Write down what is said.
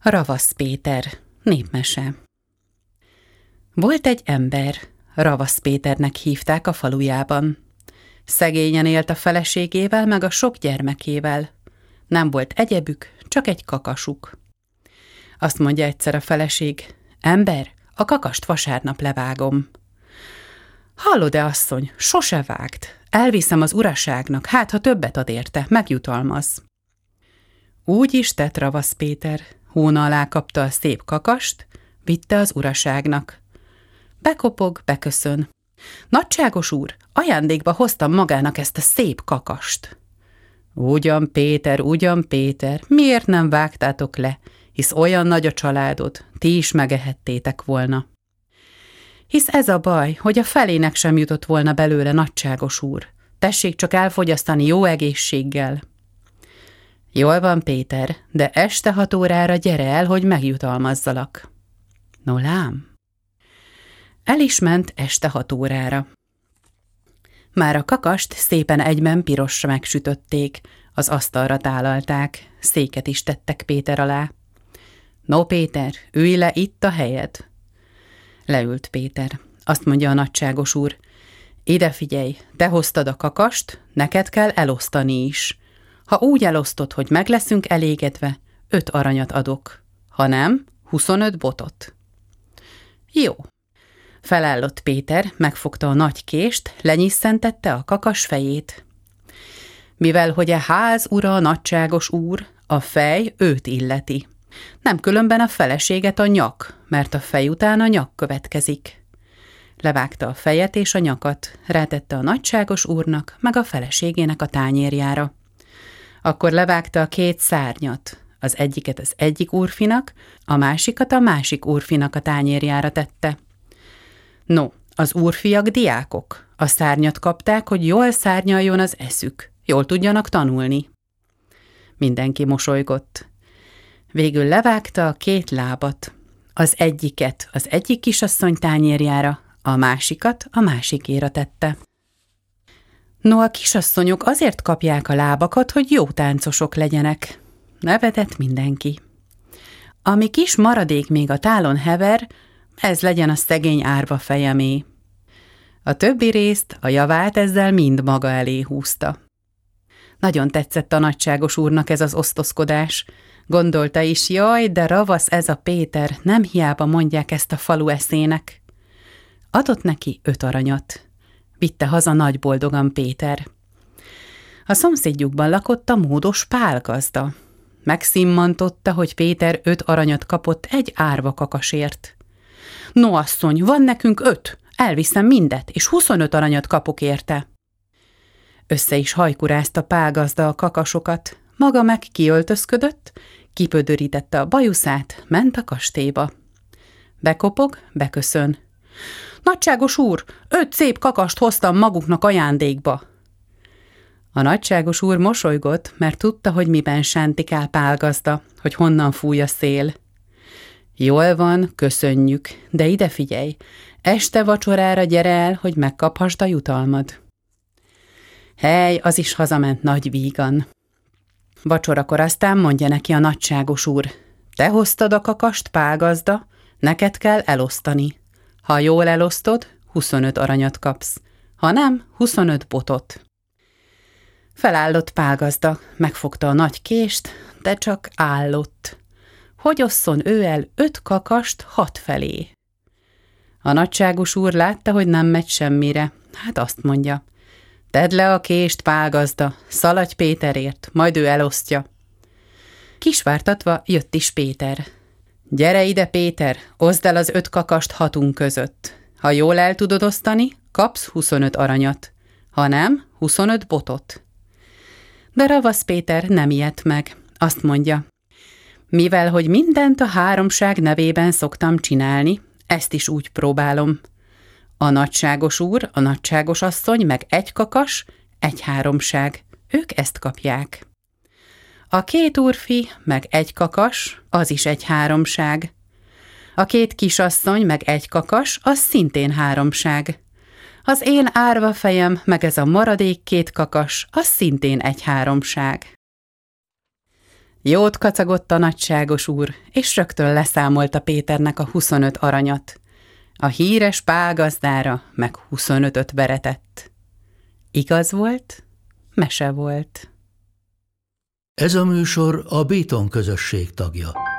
Ravasz Péter, népmese. Volt egy ember, Ravasz Péternek hívták a falujában. Szegényen élt a feleségével meg a sok gyermekével. Nem volt egyebük, csak egy kakasuk. Azt mondja egyszer a feleség: ember, a kakast vasárnap levágom. Hallod-e, asszony, sose vágd, elviszem az uraságnak, hát ha többet ad érte, megjutalmaz. Úgy is tett Ravasz Péter, hóna alá kapta a szép kakast, vitte az uraságnak. Bekopog, beköszön. Nagyságos úr, ajándékba hoztam magának ezt a szép kakast. Ugyan Péter, miért nem vágtátok le, hisz olyan nagy a családod, ti is megehettétek volna. Hisz ez a baj, hogy a felének sem jutott volna belőle, nagyságos úr. Tessék csak elfogyasztani jó egészséggel. Jól van, Péter, de este 6 órára gyere el, hogy megjutalmazzalak. No lám. El is ment este 6 órára. Már a kakast szépen egyben pirosra megsütötték, az asztalra tálalták, széket is tettek Péter alá. No, Péter, ülj le itt a helyed. Leült Péter. Azt mondja a nagyságos úr: ide figyelj, te hoztad a kakast, neked kell elosztani is. Ha úgy elosztod, hogy meg leszünk elégedve, 5 aranyat adok. Ha nem, 25 botot. Jó. Felállott Péter, megfogta a nagy kést, lenyisszentette a kakas fejét. Mivel hogy a ház ura, nagyságos úr, a fej őt illeti. Nem különben a feleséget a nyak, mert a fej után a nyak következik. Levágta a fejet és a nyakat, rátette a nagyságos úrnak, meg a feleségének a tányérjára. Akkor levágta a 2 szárnyat, az egyiket az egyik úrfinak, a másikat a másik úrfinak a tányérjára tette. No, az úrfiak diákok, a szárnyat kapták, hogy jól szárnyaljon az eszük, jól tudjanak tanulni. Mindenki mosolygott. Végül levágta a 2 lábat, az egyiket az egyik kisasszony tányérjára, a másikat a másikéra tette. No, a kisasszonyok azért kapják a lábakat, hogy jó táncosok legyenek. Nevetett mindenki. Ami kis maradék még a tálon hever, ez legyen a szegény árva fejemé. A többi részt, a javát ezzel mind maga elé húzta. Nagyon tetszett a nagyságos úrnak ez az osztozkodás. Gondolta is, jaj, de ravasz ez a Péter, nem hiába mondják ezt a falu eszének. Adott neki 5 aranyat. Vitte haza nagy boldogan Péter. A szomszédjukban lakott a módos Pál gazda. Megszimmantotta, hogy Péter 5 aranyat kapott egy árva kakasért. No, asszony, van nekünk 5, elviszem mindet, és 25 aranyat kapok érte. Össze is hajkurázta Pál gazda a kakasokat, maga meg kiöltözködött, kipödörítette a bajuszát, ment a kastélyba. Bekopog, beköszön. Nagyságos úr, 5 szép kakast hoztam maguknak ajándékba. A nagyságos úr mosolygott, mert tudta, hogy miben sántikál Pál gazda, hogy honnan fúj a szél. Jól van, köszönjük, de ide figyelj, este vacsorára gyere el, hogy megkaphasd a jutalmad. Hely, az is hazament nagy vígan. Vacsorakor aztán mondja neki a nagyságos úr: te hoztad a kakast, Pál gazda, neked kell elosztani. Ha jól elosztod, 25 aranyat kapsz, ha nem, 25 botot. Felállott Pál gazda, megfogta a nagy kést, de csak állott. Hogy osszon ő el 5 kakast 6 felé? A nagyságos úr látta, hogy nem megy semmire, hát azt mondja: tedd le a kést, Pál gazda, szaladj Péterért, majd ő elosztja. Kisvártatva jött is Péter. Gyere ide, Péter, oszd el az 5 kakast 6 között. Ha jól el tudod osztani, kapsz 25 aranyat, ha nem, 25 botot. De ravasz Péter nem ijedt meg, azt mondja: mivel hogy mindent a háromság nevében szoktam csinálni, ezt is úgy próbálom. A nagyságos úr, a nagyságos asszony, meg 1 kakas, 1 háromság, ők ezt kapják. A 2 úrfi, meg 1 kakas, az is 1 háromság. A 2 kisasszony, meg 1 kakas, az szintén háromság. Az én árva fejem, meg ez a maradék 2 kakas, az szintén 1 háromság. Jót kacagott a nagyságos úr, és rögtön leszámolta Péternek a 25 aranyat. A híres pálgazdára meg 25-öt veretett. Igaz volt, mese volt. Ez a műsor a Béton közösség tagja.